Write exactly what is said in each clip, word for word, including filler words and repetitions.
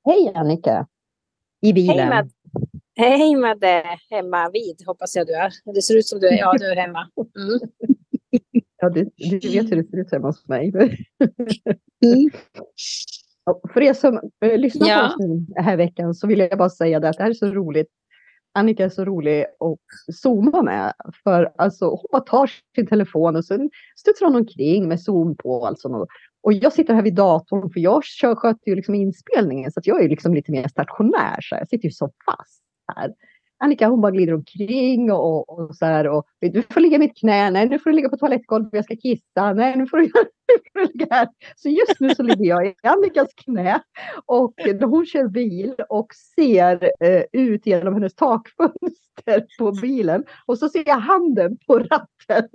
Hej Annika, i Hej bilen. Mad Hej Madde, hemma vid hoppas jag du är. Det ser ut som du är, ja du är hemma. Mm. Ja, du, du vet hur det ser ut hemma hos mig. Mm. Och för er som eh, lyssnar på oss Ja, den här veckan så vill jag bara säga det att det här är så roligt. Annika är så rolig att zooma med. För alltså, hon bara tar sin telefon och sen studsar hon omkring med zoom på. Alltså. Och jag sitter här vid datorn för jag kör, sköter ju liksom inspelningen. Så att jag är liksom lite mer stationär. Så jag sitter ju så fast här. Annika hon bara glider omkring och, och så här. Och, du får ligga i mitt knä. Nej, nu får du ligga på toalettgolvet. Jag ska kissa. Nej, nu får du, nu får du ligga här. Så just nu så ligger jag i Annikas knä. Och när hon kör bil och ser eh, ut genom hennes takfönster på bilen. Och så ser jag handen på ratten.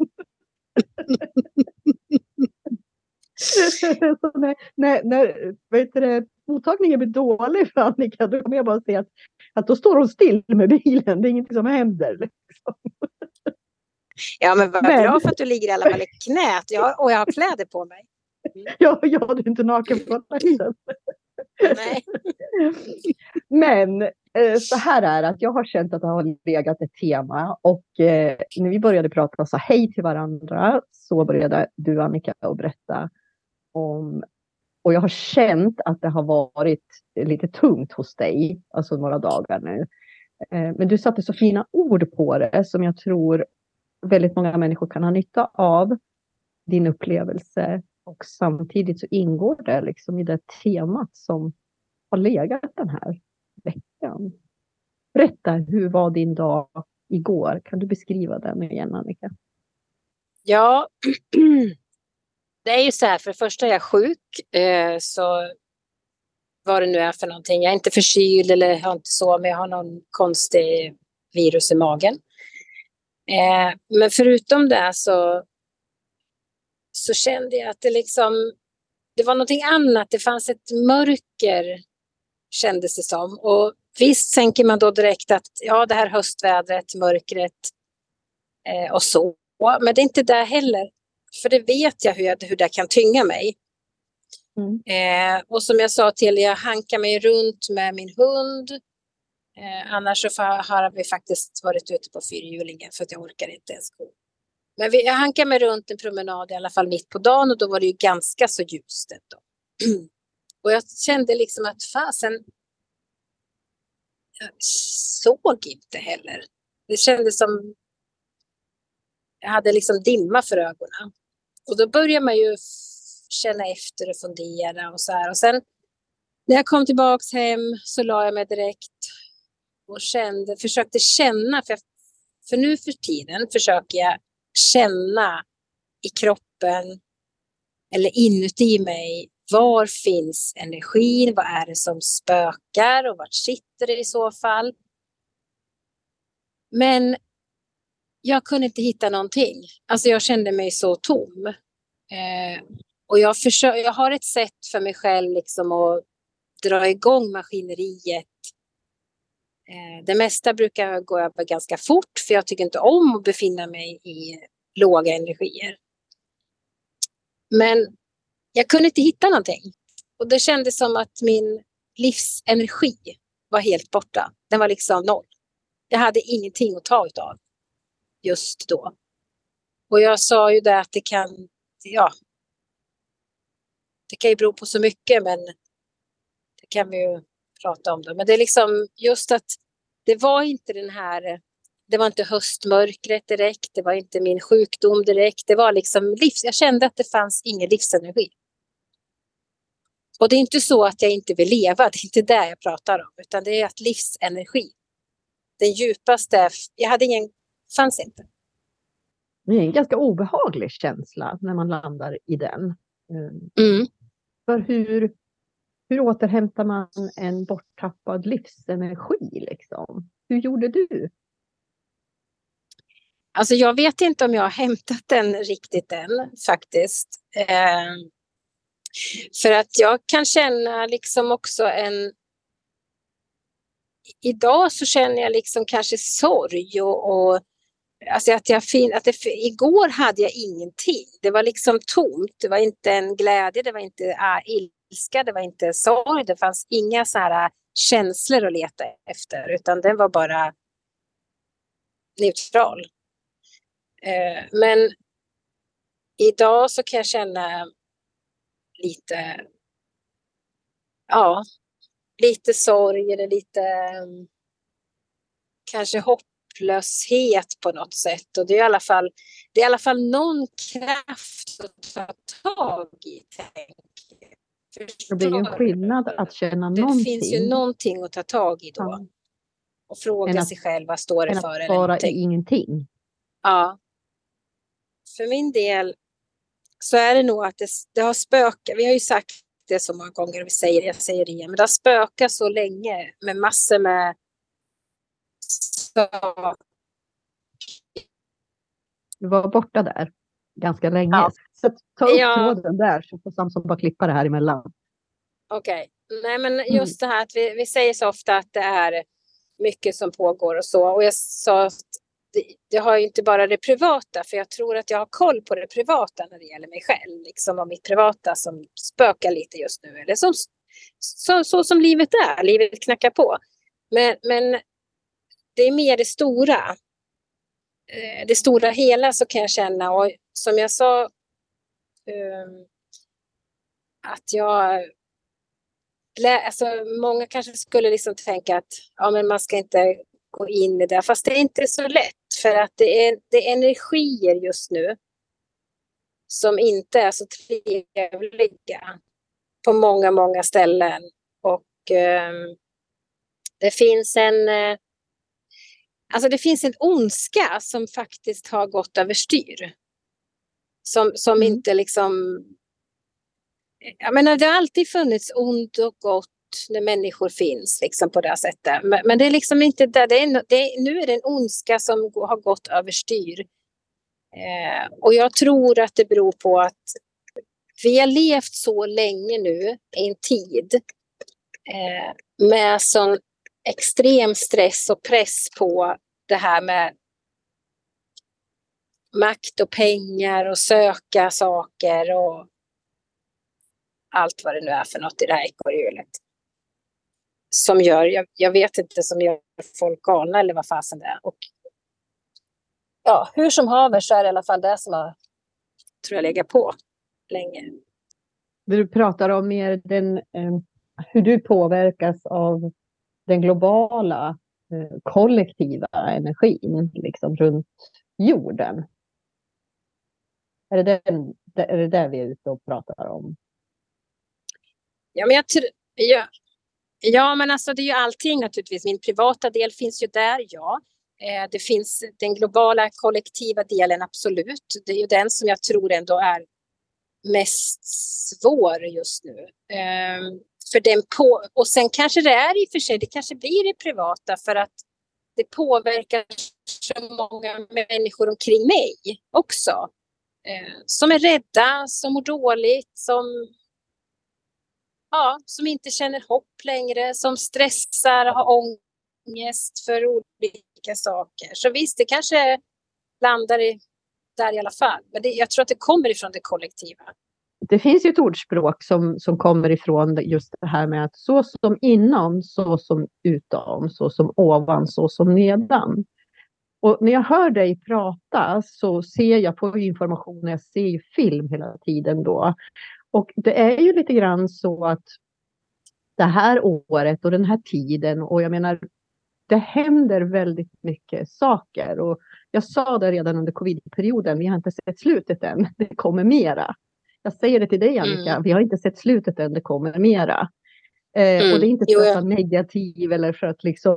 Så när, när, när vet du, mottagningen blir dålig för Annika, då kommer jag bara se att, att då står hon still med bilen. Det är ingenting som händer. Liksom. ja men vad Men, bra för att du ligger i alla fall i knät jag, och jag har kläder på mig. Mm. ja, jag hade inte naken på platsen. Nej. Men eh, så här är att jag har känt att det har legat ett tema och eh, när vi började prata och sa hej till varandra så började du Annika att berätta om, och jag har känt att det har varit lite tungt hos dig, alltså några dagar nu. Eh, men du satte så fina ord på det som jag tror väldigt många människor kan ha nytta av din upplevelse och samtidigt så ingår det liksom i det temat som har legat den här veckan. Berätta, hur var din dag igår? Kan du beskriva den igen, Annika? Ja, det är ju så här, för det första är jag sjuk, eh, så vad det nu är för någonting. Jag är inte förkyld eller har inte så, men jag har någon konstig virus i magen. Eh, men förutom det så, så kände jag att det liksom, det var någonting annat. Det fanns ett mörker, kändes det som. Och visst tänker man då direkt att ja, det här höstvädret, mörkret eh, och så. Men det är inte det heller. För det vet jag hur, hur det kan tynga mig. Mm. Eh, och som jag sa till, jag hankar mig runt med min hund. Eh, annars så har vi faktiskt varit ute på fyrhjulingen för att jag orkar inte ens gå. Men vi, jag hankar mig runt en promenad i alla fall mitt på dagen och då var det ju ganska så ljust då. Och jag kände liksom att fasen, jag såg inte heller. Det kändes som jag hade liksom dimma för ögonen. Och då börjar man ju känna efter och fundera och så här. Och sen när jag kom tillbaks hem så la jag mig direkt och kände, försökte känna, för, jag, för nu för tiden försöker jag känna i kroppen eller inuti mig, var finns energin, vad är det som spökar och vart sitter det i så fall. Men jag kunde inte hitta någonting. Alltså jag kände mig så tom. Eh, och jag, försöker, jag har ett sätt för mig själv liksom att dra igång maskineriet. Eh, det mesta brukar gå över ganska fort för jag tycker inte om att befinna mig i låga energier. Men jag kunde inte hitta någonting. Och det kändes som att min livsenergi var helt borta. Den var liksom noll. Jag hade ingenting att ta utav just då. Och jag sa ju det att det kan, ja, det kan ju bero på så mycket, men det kan vi ju prata om det. Men det är liksom just att det var inte den här, det var inte höstmörkret direkt, det var inte min sjukdom direkt, det var liksom livs, jag kände att det fanns ingen livsenergi. Och det är inte så att jag inte vill leva, det är inte det jag pratar om, utan det är att livsenergi, den djupaste, jag hade ingen, fanns inte. Det är en ganska obehaglig känsla när man landar i den. Mm. För hur, hur återhämtar man en borttappad livsenergi liksom? Hur gjorde du? Alltså jag vet inte om jag har hämtat den riktigt än faktiskt. Eh, för att jag kan känna liksom också en... Idag så känner jag liksom kanske sorg och... och alltså att jag fin, att det, igår hade jag ingenting. Det var liksom tomt. Det var inte en glädje, det var inte ah, ilska, det var inte sorg, det fanns inga så här känslor att leta efter, utan den var bara neutral. Eh, men idag så kan jag känna lite, ja, lite sorg eller lite um, kanske hopplöshet på något sätt. Och det är i alla fall, det är i alla fall någon kraft att ta tag i, tänker jag. Det är ju en skillnad att känna det någonting. Det finns ju någonting att ta tag i då. Ja. Och fråga att, sig själv, vad står det för? Att eller vara någonting. i ingenting. Ja. För min del så är det nog att det, det har spökat. Vi har ju sagt det så många gånger och vi säger det, jag säger det igen. Men det har spökat så länge med massor med saker. Du var borta där ganska länge. Ja. Så ta upp Ja. tråden där så får Samson bara klippa det här emellan. Okej. Okay. Nej, men just det här att vi, vi säger så ofta att det är mycket som pågår och så. Och jag sa att det, det har ju inte bara det privata, för jag tror att jag har koll på det privata när det gäller mig själv. Liksom om mitt privata som spökar lite just nu. Eller som, så, så som livet är. Livet knackar på. Men, men det är mer det stora. Det stora hela så kan jag känna. Och som jag sa. Um, att jag. Alltså, många kanske skulle liksom tänka att ja, men man ska inte gå in i det. Fast det är inte så lätt. För att det är, det är energier just nu som inte är så trevliga på många, många ställen. Och eh, det finns en eh, alltså det finns en ondska som faktiskt har gått överstyr. Som, som mm. inte liksom jag menar, det har alltid funnits ont och gott när människor finns liksom på det sättet. Men, men det är liksom inte där. Det är, det är, nu är det en ondska som har gått överstyr. Eh, och jag tror att det beror på att vi har levt så länge nu i en tid eh, med sån extrem stress och press på det här med makt och pengar och söka saker och allt vad det nu är för något i det här ekorrhjulet. Som gör, jag, jag vet inte, som gör folk galna eller vad fasen det är. Och ja, hur som haver så är det i alla fall det som har, tror jag, legat på länge. Du pratar om mer den, eh, hur du påverkas av den globala eh, kollektiva energin liksom runt jorden. Är det, den, är det där vi är ute och pratar om? Ja, men jag tror, ja, ja, men alltså det är ju allting naturligtvis. Min privata del finns ju där, ja. Eh, det finns den globala kollektiva delen, absolut. Det är ju den som jag tror ändå är mest svår just nu. Eh, för den på, och sen kanske det är i och för sig, det kanske blir det privata för att det påverkar så många människor omkring mig också. Eh, som är rädda, som mår dåligt, som... Ja, som inte känner hopp längre, som stressar, har ångest för olika saker. Så visst, det kanske landar i, där i alla fall. Men det, jag tror att det kommer ifrån det kollektiva. Det finns ju ett ordspråk som, som kommer ifrån just det här med att så som inom, så som utom, så som ovan, så som nedan. Och när jag hör dig prata så ser jag på information, jag ser ju film hela tiden då. Och det är ju lite grann så att det här året och den här tiden, och jag menar, det händer väldigt mycket saker. Och jag sa det redan under covid-perioden, vi har inte sett slutet än, det kommer mera. Jag säger det till dig, Annika, mm. vi har inte sett slutet än, det kommer mera. Eh, mm. Och det är inte för att vara negativ eller för att liksom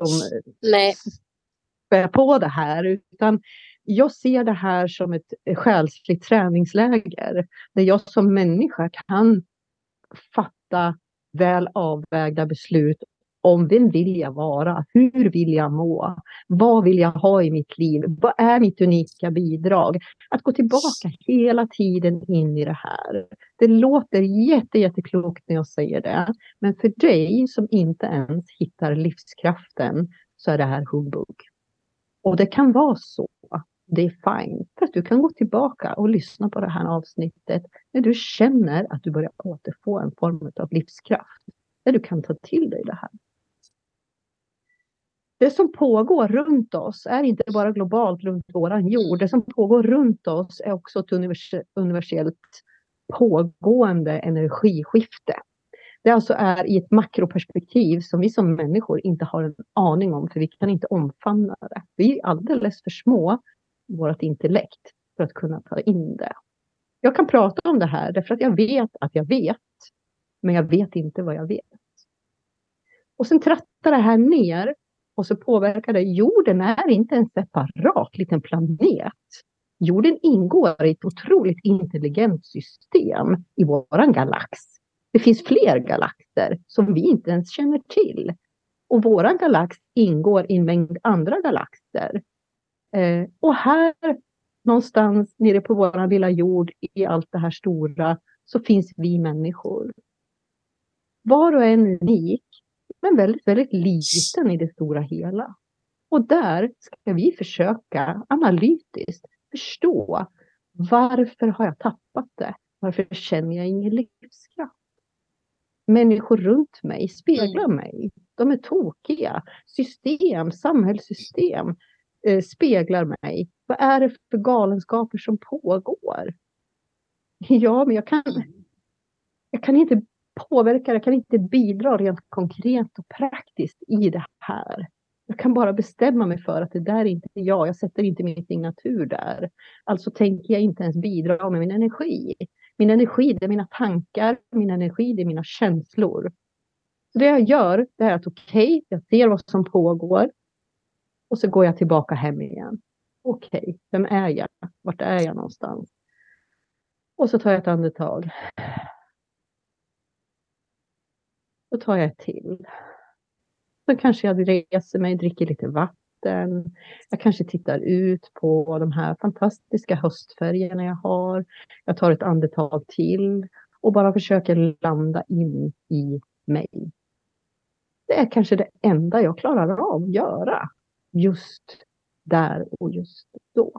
spä på det här, utan jag ser det här som ett själsligt träningsläger. Där jag som människa kan fatta väl avvägda beslut om vem vill jag vara? Hur vill jag må? Vad vill jag ha i mitt liv? Vad är mitt unika bidrag? Att gå tillbaka hela tiden in i det här. Det låter jätte, jätteklokt när jag säger det. Men för dig som inte ens hittar livskraften så är det här humbug. Och det kan vara så. Det är fint. För att du kan gå tillbaka och lyssna på det här avsnittet när du känner att du börjar återfå en form av livskraft. Där du kan ta till dig det här. Det som pågår runt oss är inte bara globalt runt våran jord. Det som pågår runt oss är också ett univers- universellt pågående energiskifte. Det alltså är i ett makroperspektiv som vi som människor inte har en aning om. För vi kan inte omfamna det. Vi är alldeles för små i vårt intellekt för att kunna ta in det. Jag kan prata om det här därför att jag vet att jag vet. Men jag vet inte vad jag vet. Och sen trattar det här ner. Och så påverkar det. Jorden är inte en separat liten planet. Jorden ingår i ett otroligt intelligent system i våran galax. Det finns fler galaxer som vi inte ens känner till. Och våran galax ingår i en mängd andra galaxer. Eh, och här någonstans nere på våran lilla jord i allt det här stora så finns vi människor. Var och en unik. Men väldigt, väldigt liten i det stora hela. Och där ska vi försöka analytiskt förstå varför har jag tappat det? Varför känner jag ingen livskraft? Människor runt mig speglar Mm. mig. De är tokiga. System, samhällssystem eh, speglar mig. Vad är det för galenskaper som pågår? Ja, men jag kan, jag kan inte påverka, jag kan inte bidra rent konkret och praktiskt i det här. Jag kan bara bestämma mig för att det där är inte jag. Jag sätter inte min signatur där. Alltså tänker jag inte ens bidra med min energi. Min energi, det är mina tankar. Min energi, det är mina känslor. Så det jag gör, det är att okej, okay, jag ser vad som pågår. Och så går jag tillbaka hem igen. Okej, okay, vem är jag? Vart är jag någonstans? Och så tar jag ett andetag. Då tar jag ett till. Så kanske jag reser mig, dricker lite vatten. Jag kanske tittar ut på de här fantastiska höstfärgerna jag har. Jag tar ett andetag till och bara försöker landa in i mig. Det är kanske det enda jag klarar av att göra just där och just då.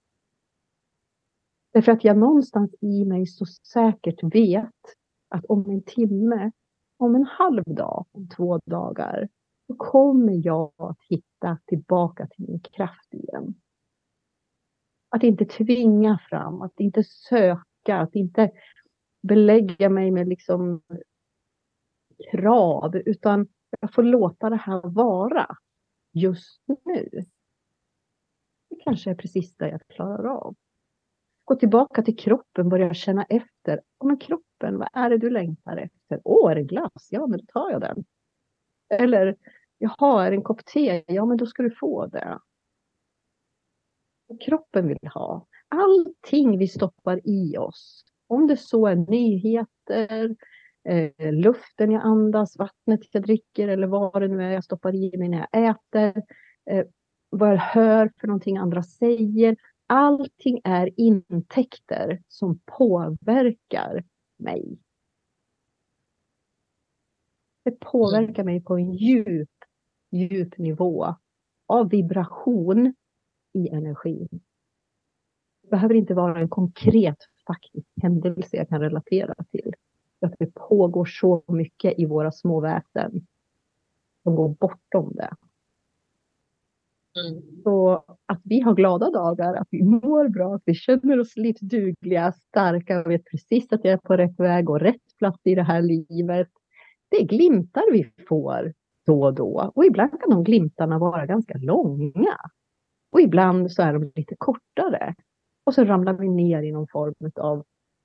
Därför att jag någonstans i mig så säkert vet att om en timme, om en halv dag, om två dagar, då kommer jag att hitta tillbaka till min kraft igen. Att inte tvinga fram, att inte söka, att inte belägga mig med liksom krav, utan jag får låta det här vara just nu. Det kanske är precis det jag klarar av. Gå tillbaka till kroppen, börja känna efter. Oh, men kroppen, vad är det du längtar efter? Åh, är det glass? Ja, men då tar jag den. Eller, jaha, är det en kopp te? Ja, men då ska du få det. Kroppen vill ha. Allting vi stoppar i oss. Om det så är nyheter, eh, luften jag andas, vattnet jag dricker eller vad det nu är jag stoppar i mig när jag äter. Eh, vad jag hör för någonting andra säger. Allting är intäkter som påverkar mig. Det påverkar mig på en djup, djup nivå av vibration i energin. Det behöver inte vara en konkret faktisk händelse jag kan relatera till. För att det pågår så mycket i våra små väsen som går bortom det. Mm. Så att vi har glada dagar, att vi mår bra, att vi känner oss livsdugliga, starka och vet precis att jag är på rätt väg och rätt plats i det här livet. Det är glimtar vi får då och då. Och ibland kan de glimtarna vara ganska långa. Och ibland så är de lite kortare. Och så ramlar vi ner i någon form av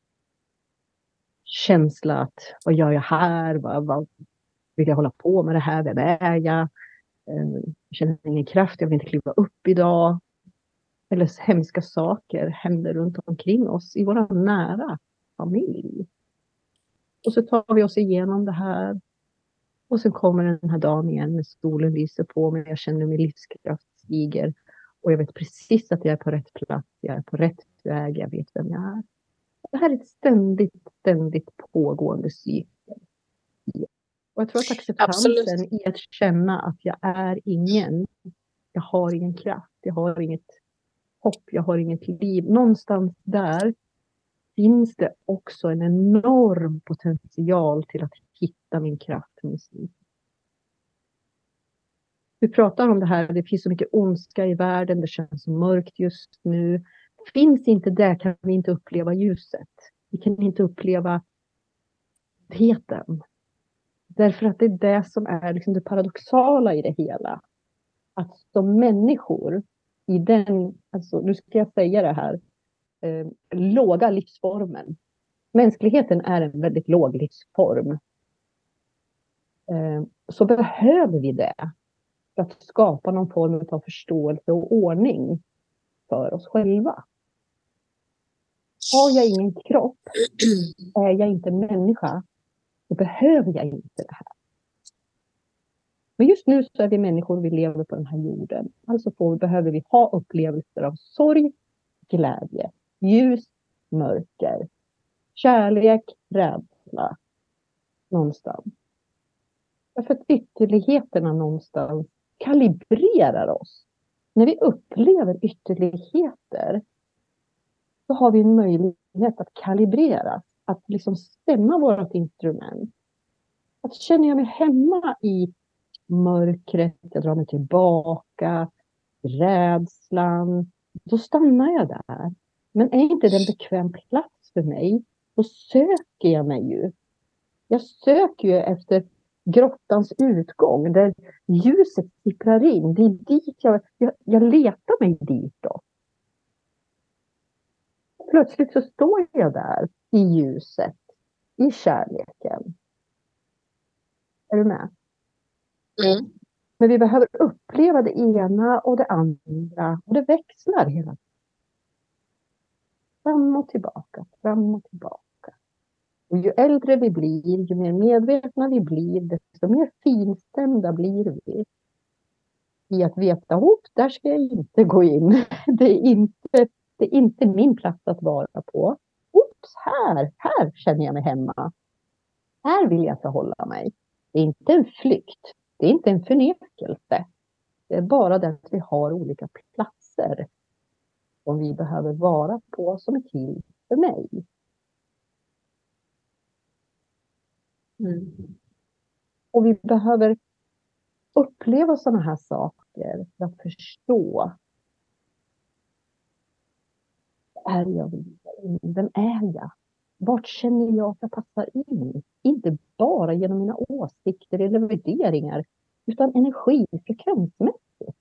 känsla att vad gör jag här? Vad, vad vill jag hålla på med det här? Vem är jag? Jag känner ingen kraft, jag vill inte kliva upp idag. Eller hemska saker händer runt omkring oss i vår nära familj. Och så tar vi oss igenom det här. Och så kommer den här dagen igen när solen lyser på mig. Jag känner min livskraft stiger. Och jag vet precis att jag är på rätt plats. Jag är på rätt väg. Jag vet vem jag är. Det här är ett ständigt, ständigt pågående cykel. Och jag tror att acceptansen Absolut. I att känna att jag är ingen. Jag har ingen kraft. Jag har inget hopp, jag har inget liv. Någonstans där finns det också en enorm potential till att hitta min kraft, min stil. Vi pratar om det här, det finns så mycket ondska i världen, det känns så mörkt just nu. Finns inte det kan vi inte uppleva ljuset. Vi kan inte uppleva heten. Därför att det är det som är liksom det paradoxala i det hela. Att som människor i den, alltså nu ska jag säga det här, eh, låga livsformen. Mänskligheten är en väldigt låg livsform. Eh, så behöver vi det för att skapa någon form av förståelse och ordning för oss själva. Har jag ingen kropp, är jag inte människa, då behöver jag inte det här. Men just nu så är vi människor, vi lever på den här jorden. Alltså får, behöver vi ha upplevelser av sorg, glädje, ljus, mörker, kärlek, rädsla. Någonstans. Därför att ytterligheterna någonstans kalibrerar oss. När vi upplever ytterligheter så har vi en möjlighet att kalibrera. Att liksom stämma vårt instrument. Att känner jag mig hemma i mörkret, jag drar mig tillbaka, rädslan, då stannar jag där. Men är inte det en bekväm plats för mig, då söker jag mig ju. Jag söker ju efter grottans utgång, där ljuset sipprar in. Det är dit jag, jag, jag letar mig dit då. Plötsligt så står jag där i ljuset, i kärleken. Är du med? Mm. Men vi behöver uppleva det ena och det andra. Och det växlar hela tiden. Fram och tillbaka, fram och tillbaka. Och ju äldre vi blir, ju mer medvetna vi blir, desto mer finstämda blir vi. I att veta, oh, där ska jag inte gå in. Det är inte, det är inte min plats att vara på. Oops, här, här känner jag mig hemma. Här vill jag förhålla mig. Det är inte en flykt. Det är inte en förnekelse. Det är bara det att vi har olika platser som vi behöver vara på som är till för mig. Mm. Och vi behöver uppleva sådana här saker för att förstå. Är jag vidare? Vem är jag? Vart känner jag att jag passar in? Inte bara genom mina åsikter eller värderingar, utan energi, frekvensmässigt.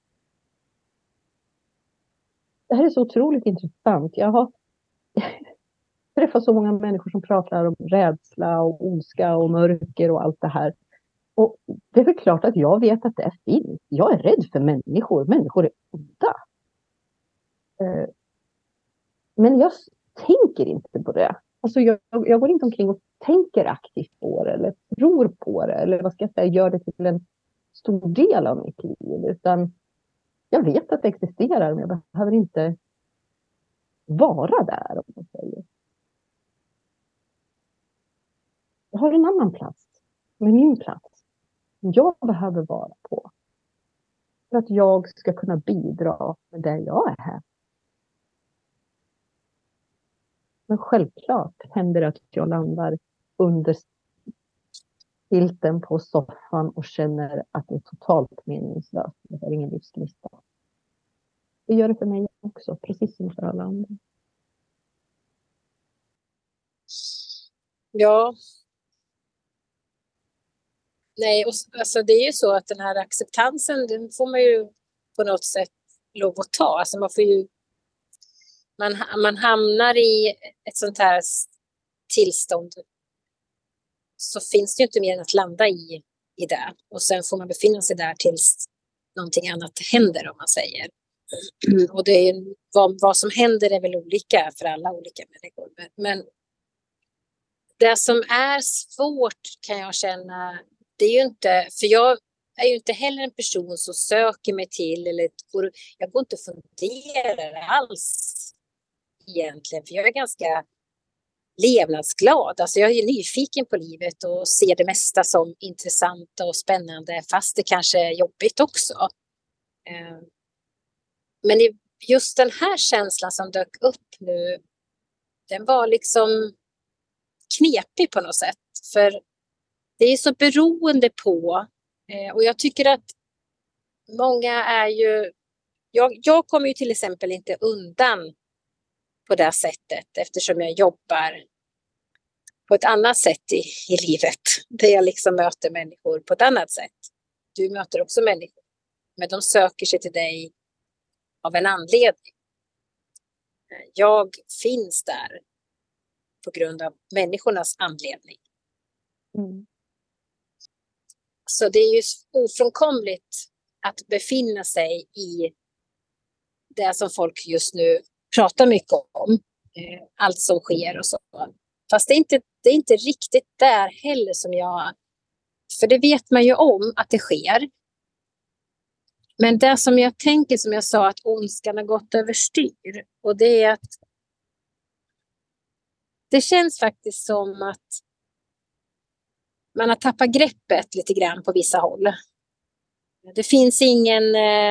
Det här är så otroligt intressant. Jag har träffat så många människor som pratar om rädsla och ondska och mörker och allt det här. Och det är väl klart att jag vet att det finns. Jag är rädd för människor. Människor är onda. Men jag tänker inte på det. Alltså jag, jag går inte omkring och tänker aktivt på det. Eller tror på det. Eller vad ska jag säga, gör det till en stor del av mitt liv. Utan jag vet att det existerar. Men jag behöver inte vara där. Om man säger. Jag har en annan plats. Med min plats. Jag behöver vara på. För att jag ska kunna bidra med det jag är här. Men självklart händer det att jag landar under filten på soffan och känner att det är totalt meningslöst. Det är ingen livsgnista. Det gör det för mig också, precis som för alla andra. Ja. Nej, och, alltså det är ju så att den här acceptansen, den får man ju på något sätt lov att ta. Alltså man får ju Man, man hamnar i ett sånt här tillstånd, så finns det ju inte mer än att landa i, i det. Och sen får man befinna sig där tills någonting annat händer, om man säger. Och det är, vad, vad som händer är väl olika för alla olika människor. Men, men det som är svårt, kan jag känna, det är ju inte, för jag är ju inte heller en person som söker mig till, eller går, jag går inte och funderar alls egentligen, för jag är ganska levnadsglad. Alltså jag är nyfiken på livet och ser det mesta som intressant och spännande, fast det kanske är jobbigt också. Men just den här känslan som dök upp nu, den var liksom knepig på något sätt. För det är så beroende på, eh, och jag tycker att många är ju, jag, jag kommer ju till exempel inte undan på det sättet eftersom jag jobbar på ett annat sätt i, i livet. Där jag liksom möter människor på ett annat sätt. Du möter också människor, men de söker sig till dig av en anledning. Jag finns där på grund av människornas anledning. Mm. Så det är ju ofrånkomligt att befinna sig i det som folk just nu pratar mycket om. Allt som sker och så. Fast det är inte, det är inte riktigt där heller som jag... För det vet man ju om att det sker. Men det som jag tänker, som jag sa, att ondskan har gått överstyr. Och det är att det känns faktiskt som att man har tappat greppet lite grann på vissa håll. Det finns ingen...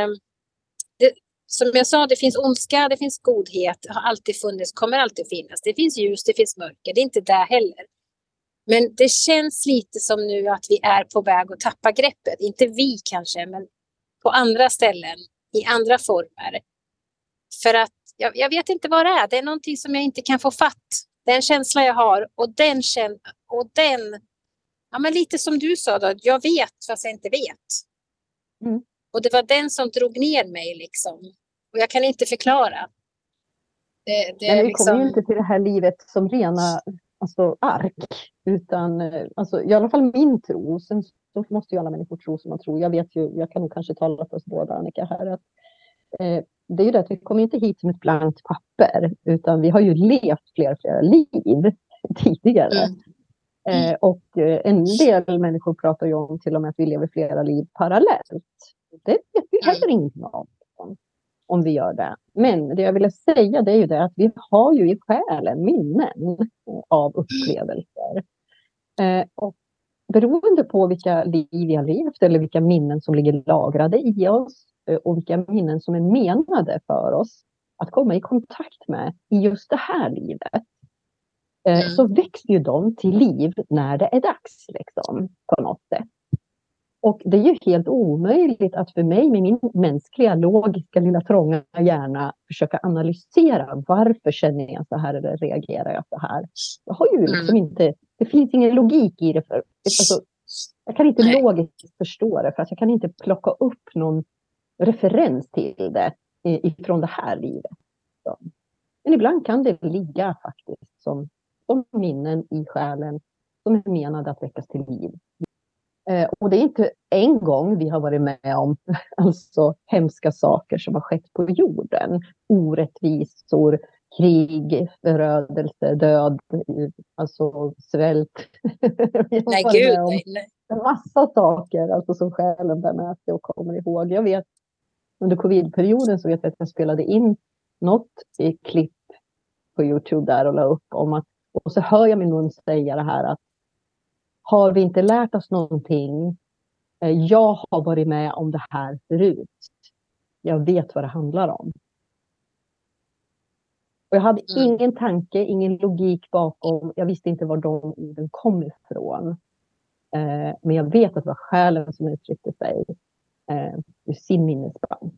Det, som jag sa, det finns ondska, det finns godhet. Har alltid funnits, kommer alltid finnas. Det finns ljus, det finns mörker. Det är inte där heller. Men det känns lite som nu att vi är på väg att tappa greppet. Inte vi kanske, men på andra ställen, i andra former. För att, jag, jag vet inte vad det är. Det är någonting som jag inte kan få fatt. Det är en känsla jag har. Och den känner, och den, ja men lite som du sa då, jag vet fast jag inte vet. Mm. Och det var den som drog ner mig liksom. Och jag kan inte förklara. Det, det Men vi liksom... kommer ju inte till det här livet som rena alltså, ark. Utan alltså, i alla fall min tro. Sen så måste ju alla människor tro som man tror. Jag vet ju, jag kan nog kanske tala för oss båda, Annika, här. Att, eh, det är ju det att vi kommer inte hit som ett blankt papper. Utan vi har ju levt flera, flera liv tidigare. Mm. Eh, och eh, en del människor pratar ju om till och med att vi lever flera liv parallellt. Det vet vi heller ingenting om. Om vi gör det. Men det jag ville säga, det är ju det att vi har ju i själen minnen av upplevelser. Eh, och beroende på vilka liv vi har levt eller vilka minnen som ligger lagrade i oss eh, och vilka minnen som är menade för oss att komma i kontakt med i just det här livet. Eh, Mm. Så växer ju de till liv när det är dags liksom, på något sätt. Och det är ju helt omöjligt att för mig med min mänskliga, logiska, lilla trånga hjärna försöka analysera varför känner jag så här eller reagerar jag så här. Jag har ju liksom Mm. inte, det finns ingen logik i det. För, alltså, jag kan inte Nej. logiskt förstå det för att jag kan inte plocka upp någon referens till det ifrån det här livet. Så. Men ibland kan det ligga faktiskt som, som minnen i själen som är menade att väckas till liv. Eh, och det är inte en gång vi har varit med om alltså hemska saker som har skett på jorden. Orättvisor, krig, förödelse, död, alltså svält. Vi har Nej, varit gud, med om nej, nej. en massa saker alltså, som själen bär med sig och kommer ihåg. Jag vet, under covidperioden så vet jag att jag spelade in något i klipp på YouTube där och la upp om att, och så hör jag min mun säga det här att har vi inte lärt oss någonting? Jag har varit med om det här förut. Jag vet vad det handlar om. Och jag hade Mm. ingen tanke, ingen logik bakom. Jag visste inte var de orden kom ifrån. Eh, men jag vet att det var själen som uttryckte sig eh, i sin minnesbank.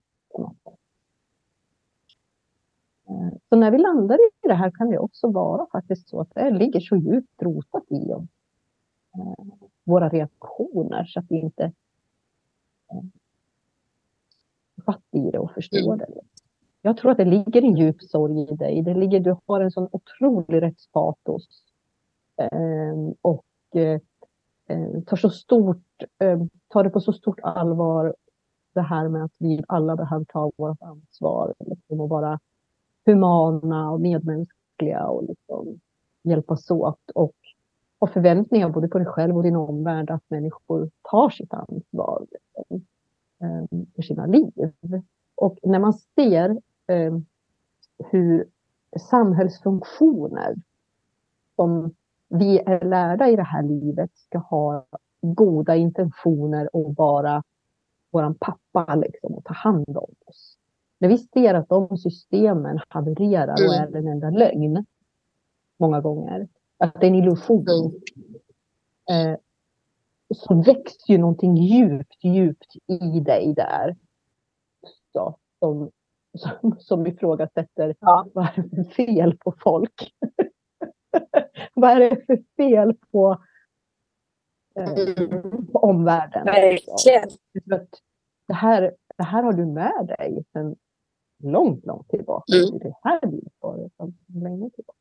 Eh, så när vi landar i det här kan det också vara faktiskt så att det ligger så djupt rotat i oss. Eh, våra reaktioner så att vi inte eh, fattar i det och förstår Mm. det. Jag tror att det ligger en djup sorg i dig. Det ligger, du har en sån otrolig rättspatos. Eh, och eh, tar, så stort, eh, tar det på så stort allvar det här med att vi alla behöver ta vårt ansvar. Liksom, och vara humana och medmänskliga och liksom, hjälpas åt. Och och förväntningar både på dig själv och din omvärld att människor tar sitt ansvar liksom, för sina liv. Och när man ser eh, hur samhällsfunktioner som vi är lärda i det här livet ska ha goda intentioner och vara våran pappa liksom, och ta hand om oss. När vi ser att de systemen havererar och är en enda lögn många gånger, att det är en illusion, eh, så växer ju någonting djupt, djupt i dig där. Så, som, som, som ifrågasätter, ja, vad är det för fel på folk? Vad är det för fel på, eh, på omvärlden? Verkligen. Det här, det här har du med dig sedan långt, långt tillbaka. Mm. Det här livet var det sedan länge tillbaka.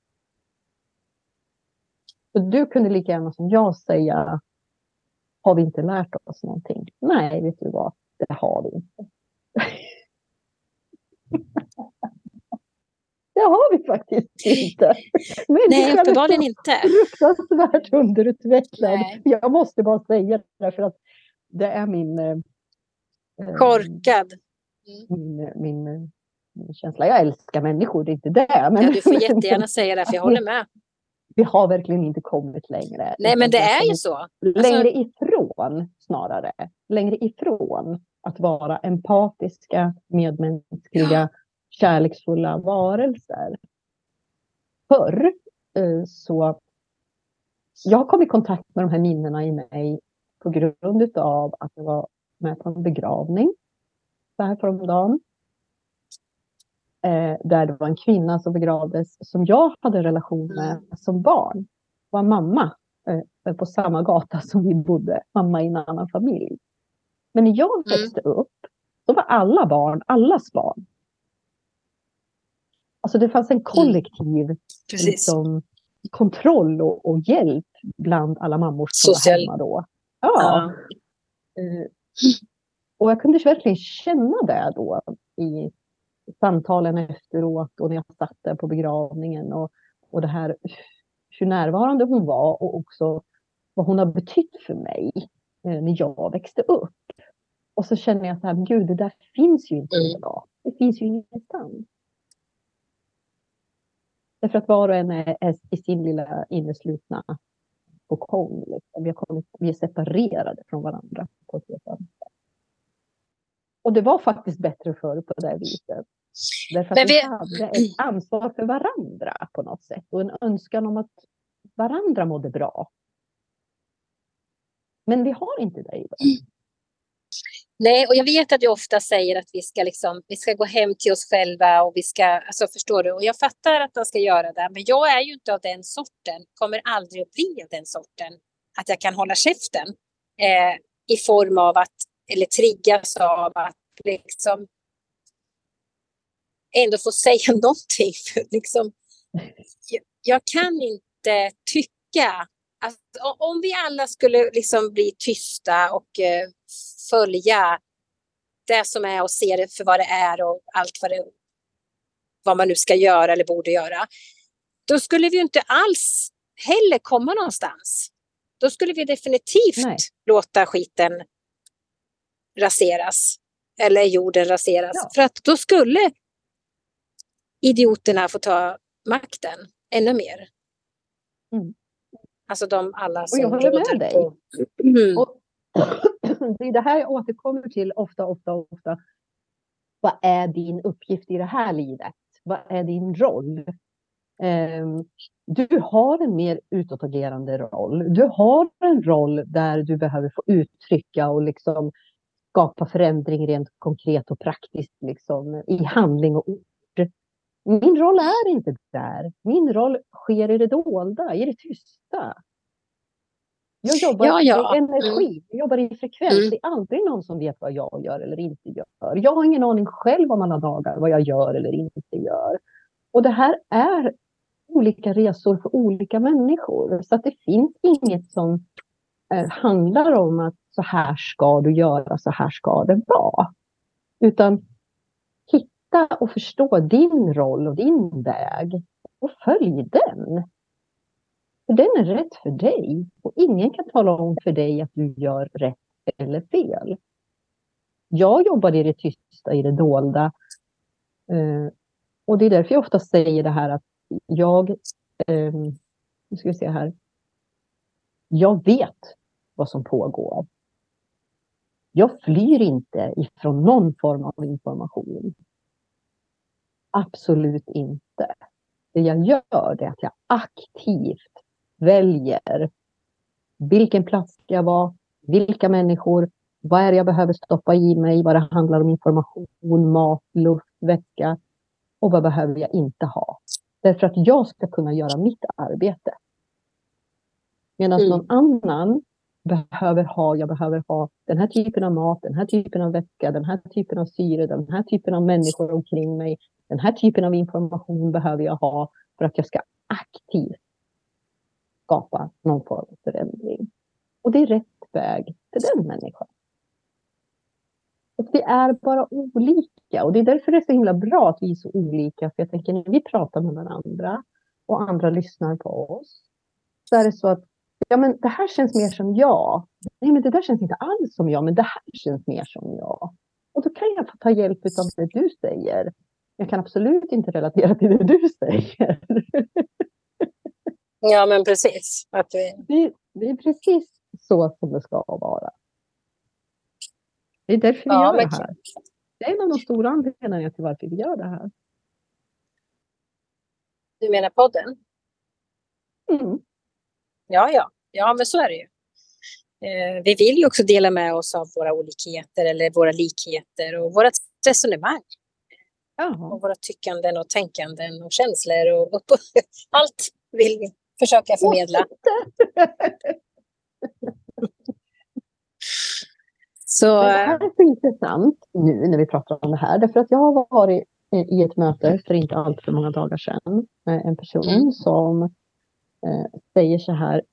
Så du kunde lika gärna som jag säga, har vi inte lärt oss någonting? Nej, vet du vad? Det har vi inte. Det har vi faktiskt inte. Nej, uppenbarligen inte. Fruktansvärt underutvecklad. Nej. Jag måste bara säga det för att det är min... Eh, Korkad. Min, min, min känsla. Jag älskar människor, det är inte det. Men, ja, du får jättegärna säga det, för jag håller med. Vi har verkligen inte kommit längre. Nej, men det är ju så. Längre alltså... ifrån, snarare. Längre ifrån att vara empatiska, medmänskliga, ja. kärleksfulla varelser. Förr så... Jag kom i kontakt med de här minnena i mig på grund av att jag var med på en begravning. Så här på dagen. Eh, där det var en kvinna som begravdes som jag hade en relation med mm. som barn. Var mamma eh, på samma gata som vi bodde. Mamma i en annan familj. Men när jag växte mm. upp, då var alla barn, allas barn. Alltså det fanns en kollektiv mm. liksom, kontroll och, och hjälp bland alla mammor som Social. var hemma då. Ja. ja. Eh, och jag kunde verkligen känna det då i samtalen efteråt och när jag satt där på begravningen och, och det här hur närvarande hon var och också vad hon har betytt för mig eh, när jag växte upp. Och så känner jag så här, gud, det där finns ju inte idag. Det finns ju ingenstans. Därför att var och en är, är i sin lilla inneslutna kokong. Liksom. Vi, har kommit, vi är separerade från varandra på ett helt annat sätt. Och det var faktiskt bättre förr på det viset. Därför att Men vi... vi hade ett ansvar för varandra på något sätt. Och en önskan om att varandra mådde bra. Men vi har inte det idag. Nej, och jag vet att jag ofta säger att vi ska, liksom, vi ska gå hem till oss själva och vi ska, alltså förstår du, och jag fattar att man ska göra det, men jag är ju inte av den sorten, kommer aldrig att bli av den sorten, att jag kan hålla käften eh, i form av att, eller triggas av att liksom ändå få säga någonting, för liksom, jag, jag kan inte tycka att om vi alla skulle liksom bli tysta och eh, följa det som är och se det för vad det är och allt vad, det, vad man nu ska göra eller borde göra, då skulle vi ju inte alls heller komma någonstans. Då skulle vi definitivt Nej. låta skiten raseras eller jorden raseras. Ja. För att då skulle idioterna få ta makten ännu mer. Mm. Alltså de alla som och jag håller med dig. På... Mm. Och, det är det här jag återkommer till ofta, ofta, ofta. Vad är din uppgift i det här livet? Vad är din roll? Um, du har en mer utåtagerande roll. Du har en roll där du behöver få uttrycka och liksom skapa förändring rent konkret och praktiskt liksom, i handling och ord. Min roll är inte där. Min roll sker i det dolda, i det tysta. Jag jobbar ja, ja. i energi, jag jobbar i frekvens. Mm. Det är aldrig någon som vet vad jag gör eller inte gör. Jag har ingen aning själv om alla dagar vad jag gör eller inte gör. Och det här är olika resor för olika människor. Så att det finns inget som eh, handlar om att så här ska du göra, så här ska det vara. Utan hitta och förstå din roll och din väg och följ den. För den är rätt för dig. Och ingen kan tala om för dig att du gör rätt eller fel. Jag jobbar i det tysta, i det dolda. Eh, och det är därför jag ofta säger det här att jag, eh, nu ska vi se här. Jag vet vad som pågår. Jag flyr inte ifrån någon form av information. Absolut inte. Det jag gör är att jag aktivt väljer vilken plats ska jag vara, vilka människor, vad är det jag behöver stoppa i mig, vad det handlar om information, mat, luft, vätska och vad behöver jag inte ha. Därför att jag ska kunna göra mitt arbete. Medan Mm. någon annan behöver ha, jag behöver ha den här typen av mat, den här typen av vätska, den här typen av syre, den här typen av människor omkring mig. Den här typen av information behöver jag ha för att jag ska aktivt skapa någon form av förändring. Och det är rätt väg till den människan. Och vi är bara olika. Och det är därför det är så himla bra att vi är så olika. För jag tänker när vi pratar med varandra och andra lyssnar på oss. Så är det så att ja, men det här känns mer som jag. Nej, men det där känns inte alls som jag. Men det här känns mer som jag. Och då kan jag få ta hjälp av det du säger. Jag kan absolut inte relatera till det du säger. Ja, men precis. Att vi... det, det är precis så som det ska vara. Det är därför vi ja, gör men... det här. Det är en av de stora anledningarna till varför vi gör det här. Du menar podden? Mm. Ja, ja. Ja, men så är det ju. Eh, vi vill ju också dela med oss av våra olikheter eller våra likheter och våra resonemang. Jaha. Och våra tyckanden och tänkanden och känslor och upp, allt vill vi försöka förmedla. Så... Men det här är så intressant nu när vi pratar om det här. Därför att jag har varit i ett möte för inte allt för många dagar sedan med en person mm. som eh, säger så här.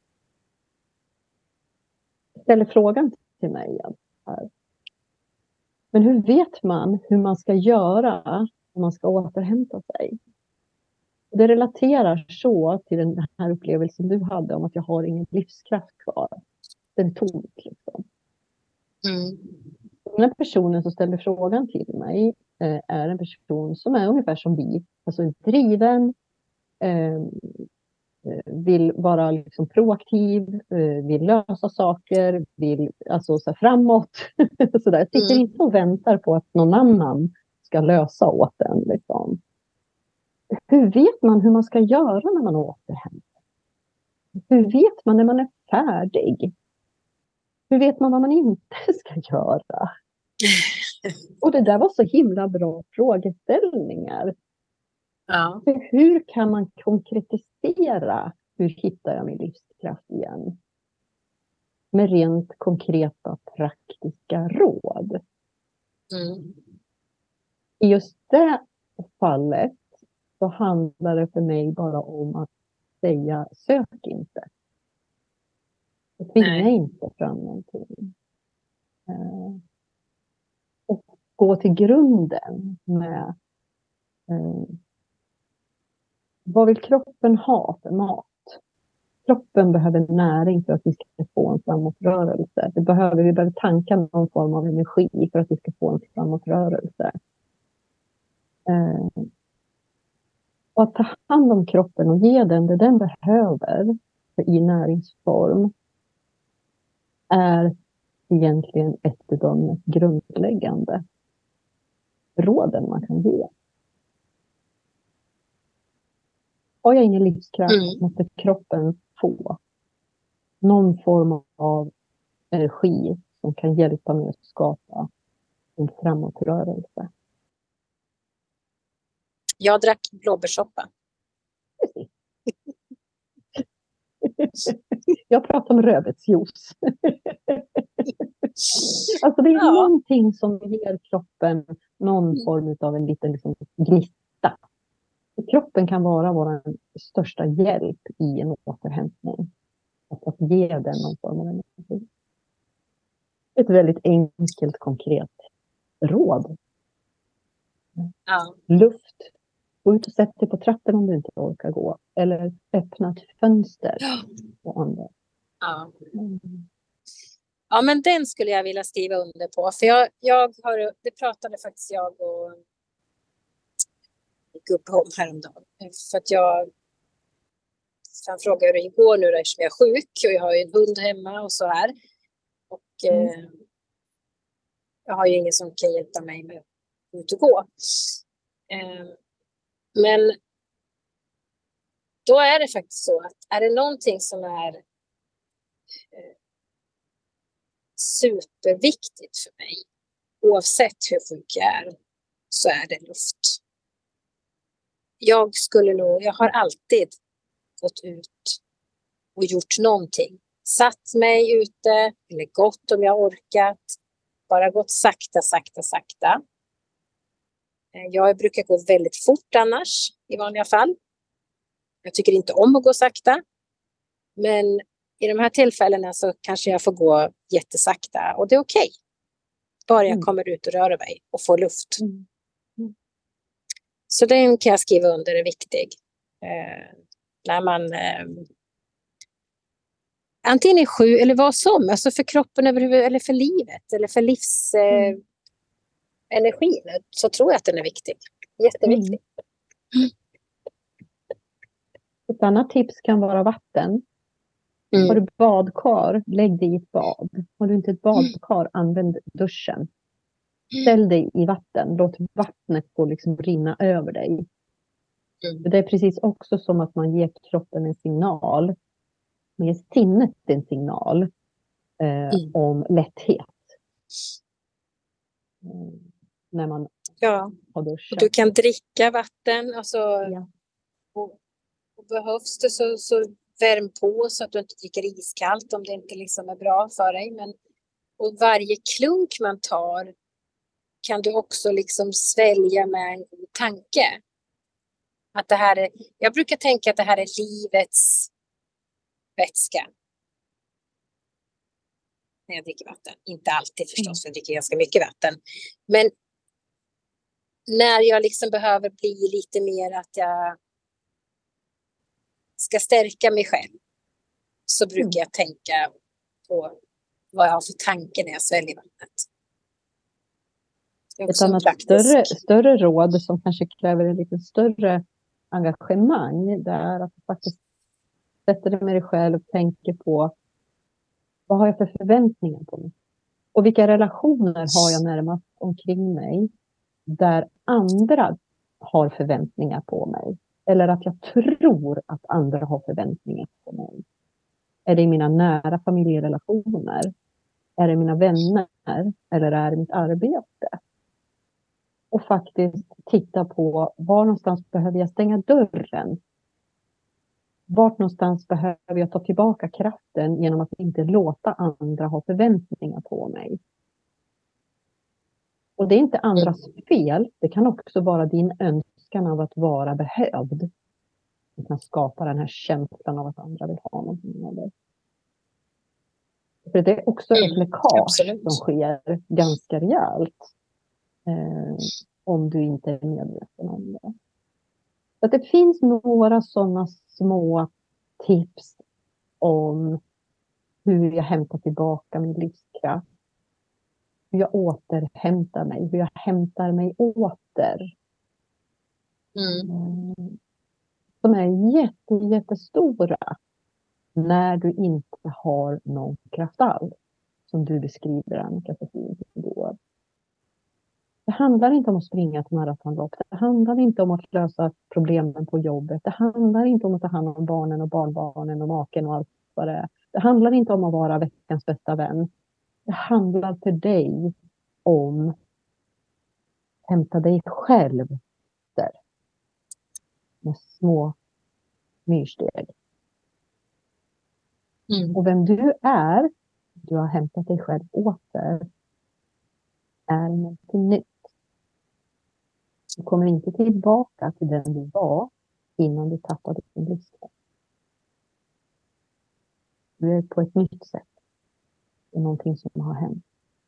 Ställer frågan till mig. Här. Men hur vet man hur man ska göra om man ska återhämta sig? Det relaterar så till den här upplevelsen du hade om att jag har ingen livskraft kvar. Den är tom liksom. Mm. Den här personen som ställer frågan till mig eh, är en person som är ungefär som vi. Alltså driven, eh, vill vara liksom proaktiv, eh, vill lösa saker, vill alltså så framåt. så där. Sitter Mm. inte och väntar på att någon annan ska lösa åt den. Liksom. Hur vet man hur man ska göra när man återhämtar? Hur vet man när man är färdig? Hur vet man vad man inte ska göra? Och det där var så himla bra frågeställningar. Ja. För hur kan man konkretisera hur hittar jag min livskraft igen? Med rent konkreta praktiska råd. Mm. I just det fallet så handlar det för mig bara om att säga sök inte. Tvinga inte fram någonting. Eh, och gå till grunden med eh, vad vill kroppen ha för mat? Kroppen behöver näring för att vi ska få en framåtrörelse. Det behöver, vi behöver tanka någon form av energi för att vi ska få en framåtrörelse. Eh, och att ta hand om kroppen och ge den det den behöver i näringsform är egentligen ett av de mest grundläggande råden man kan ge. Har jag ingen livskraft mm. måste kroppen få någon form av energi som kan hjälpa mig att skapa en framåtrörelse. Jag drack blåbärssoppa. Jag pratar om rödbetsjuice. Alltså det är ja. någonting som ger kroppen någon form av en liten liksom gnista. Kroppen kan vara vår största hjälp i en återhämtning. Att ge den någon form av energi. Ett väldigt enkelt, konkret råd. Ja. Luft. Gå ut och sätt dig på trappen om du inte orkar gå. Eller öppna ett fönster. Och andra. Ja. Mm. Ja, men den skulle jag vilja skriva under på. För jag, jag har, det pratade faktiskt jag och gubbe om häromdagen. För att jag, han frågade hur det går nu då, eftersom jag är sjuk. Och jag har ju en hund hemma och så här. Och mm. eh, jag har ju ingen som kan hjälpa mig med att ut och gå. Eh, Men då är det faktiskt så att är det någonting som är eh, superviktigt för mig, oavsett hur sjuk jag är, så är det luft. Jag skulle nog, jag har alltid gått ut och gjort någonting. Satt mig ute, eller gått om jag orkat. Bara gått sakta, sakta, sakta. Jag brukar gå väldigt fort annars, i vanliga fall. Jag tycker inte om att gå sakta. Men i de här tillfällena så kanske jag får gå jättesakta. Och det är okej. Bara jag Mm. kommer ut och rör mig och får luft. Mm. Mm. Så den kan jag skriva under är viktig. Eh, när man eh, antingen är sjuk eller vad som. Alltså för kroppen överhuvud, eller för livet. Eller för livs... Eh, Mm. energin, så tror jag att den är viktig. Jätteviktig. Mm. Ett annat tips kan vara vatten. Mm. Har du badkar, lägg dig i ett bad. Har du inte ett badkar, använd duschen. Ställ dig i vatten. Låt vattnet få liksom rinna över dig. Mm. Det är precis också som att man ger kroppen en signal. Man ger sinnet en signal eh, Mm. om lätthet. Mm. När man Ja, har duschat. och du kan dricka vatten. Alltså, Ja. och, och behövs det så, så värm på så att du inte dricker iskallt om det inte liksom är bra för dig. Men, och varje klunk man tar kan du också liksom svälja med en god tanke. Att det här är, jag brukar tänka att det här är livets vätska. När jag dricker vatten. Inte alltid förstås, för jag dricker ganska mycket vatten. Men när jag liksom behöver bli lite mer att jag ska stärka mig själv, så brukar Mm. jag tänka på vad jag har för tanke när jag sväljer vattnet. Det är Ett också en annat praktisk- större, större råd som kanske kräver en lite större engagemang, det är att du faktiskt sätter dig med dig själv och tänker på vad har jag för förväntningar på mig? Och vilka relationer har jag närmast omkring mig där andra har förväntningar på mig? Eller att jag tror att andra har förväntningar på mig. Är det i mina nära familjerelationer? Är det mina vänner? Eller är det mitt arbete? Och faktiskt titta på var någonstans behöver jag stänga dörren? Vart någonstans behöver jag ta tillbaka kraften genom att inte låta andra ha förväntningar på mig? Och det är inte andras fel. Det kan också vara din önskan av att vara behövd. Att man skapar den här känslan av att andra vill ha någonting av dig. För det är också Mm, ett läckage absolut. som sker ganska rejält. Eh, om du inte är medveten om det. Så att det finns några sådana små tips om hur jag hämtar tillbaka min livskraft. Hur jag återhämtar mig. Hur jag hämtar mig åter. Mm. Mm. Som är jätte, jättestora. När du inte har någon kraft alls. Som du beskriver, Annika, så fint igår. Det handlar inte om att springa ett maratonlopp. Det handlar inte om att lösa problemen på jobbet. Det handlar inte om att ta hand om barnen och barnbarnen och maken och allt vad det är. Det handlar inte om att vara veckans bästa vän. Det handlar för dig om att hämta dig själv där. Med små myrsteg. Mm. Och vem du är, du har hämtat dig själv åter, är någonting nytt. Du kommer inte tillbaka till den du var innan du tappade din livskraft. Du är på ett nytt sätt. Det är någonting som har hänt.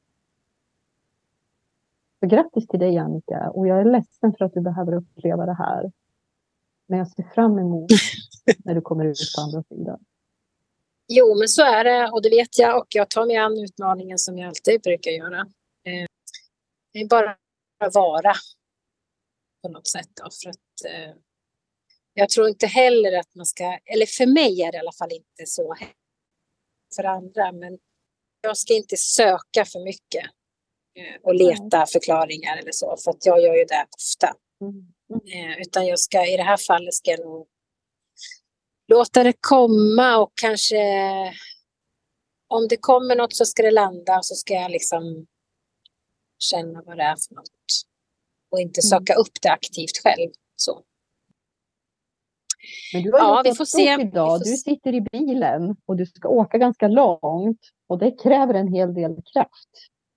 Så grattis till dig, Annika. Och jag är ledsen för att du behöver uppleva det här. Men jag ser fram emot när du kommer ut på andra sidan. Jo, men så är det, och det vet jag, och jag tar mig an utmaningen som jag alltid brukar göra. Eh, det är bara att vara på något sätt då, för att eh, jag tror inte heller att man ska, eller för mig är det i alla fall inte så för andra, men jag ska inte söka för mycket eh, och leta förklaringar eller så, för att jag gör ju det ofta. Mm. Eh, utan jag ska, i det här fallet ska jag nog låta det komma och kanske om det kommer något så ska det landa och så ska jag liksom känna vad det är för något. Och inte söka upp det aktivt själv. Så. Men du har Ja, gjort vi något får stort se. idag. Vi får Du se. sitter i bilen och du ska åka ganska långt. Och det kräver en hel del kraft.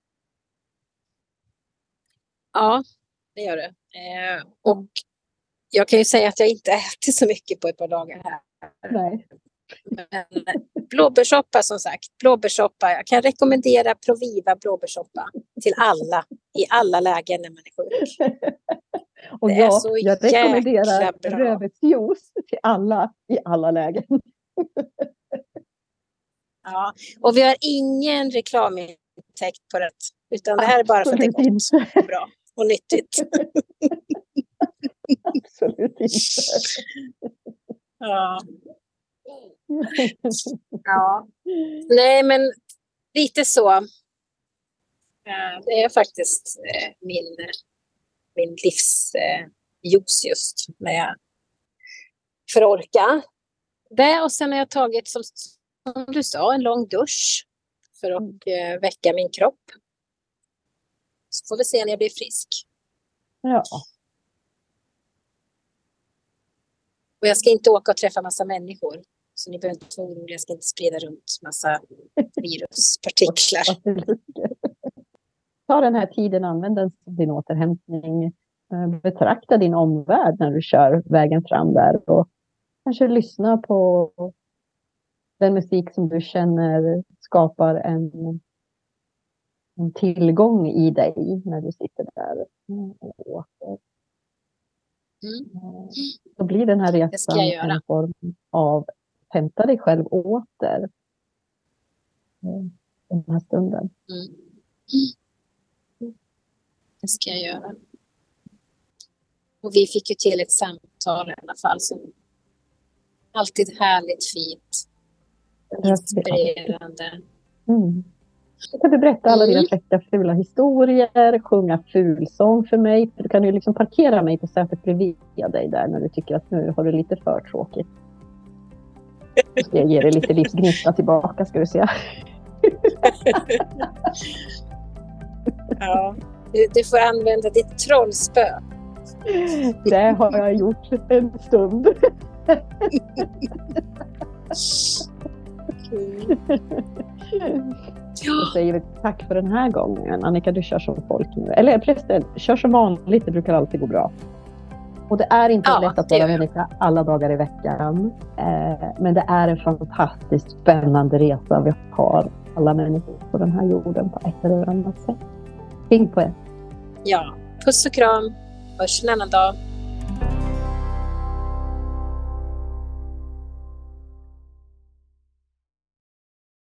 Ja, det gör det. Eh, och jag kan ju säga att jag inte äter så mycket på ett par dagar här. Nej. Men blåbärssoppa som sagt, blåbärssoppa. Jag kan rekommendera Proviva blåbärssoppa till alla, i alla lägen när man är sjuk. Och Det är jag, så jag rekommenderar jäkla bra. rödbetsjuice till alla i alla lägen. Ja, och vi har ingen reklamintäkt på det. Utan det här är bara för att det är Absolut gott inte. och bra och nyttigt. Absolut inte. Ja. Ja. Nej, men lite så. Ja, det är faktiskt eh, min, min livs eh, juice just när jag för orka. Det och sen har jag tagit som, som du sa en lång dusch för att eh, väcka min kropp. Så får vi se när jag blir frisk. Ja. Och jag ska inte åka och träffa massa människor. Så ni behöver inte vara oroliga, jag ska inte sprida runt massa viruspartiklar. Ta den här tiden, använd den som din återhämtning. Betrakta din omvärld när du kör vägen fram där. Och kanske lyssna på den musik som du känner skapar en, en tillgång i dig när du sitter där och åker. Mm. Då blir den här Det ska resan jag göra. en form av hämta dig själv åter. Den här stunden. Mm. Det ska jag göra. Och vi fick ju till ett samtal i alla fall som alltid härligt fint. Inspirerande. Mm. Kan du berätta alla dina Mm. fräcka fula historier, sjunga fulsång för mig? Du kan ju liksom parkera mig på sätet bredvid dig där när du tycker att nu har du lite för tråkigt. Så ska jag ge dig lite livsgnista tillbaka, ska du se. Ja, du, du får använda ditt trollspö. Det har jag gjort en stund. Mm. Då säger vi tack för den här gången. Annika, du kör som folk nu. Eller förresten, kör som vanligt, det brukar alltid gå bra. Och det är inte Ja, lätt att det vara gör jag. människa alla dagar i veckan. Eh, men det är en fantastiskt spännande resa vi har, alla människor på den här jorden på ett eller annat sätt. Häng på er. Ja, puss och kram. Hörs en annan dag.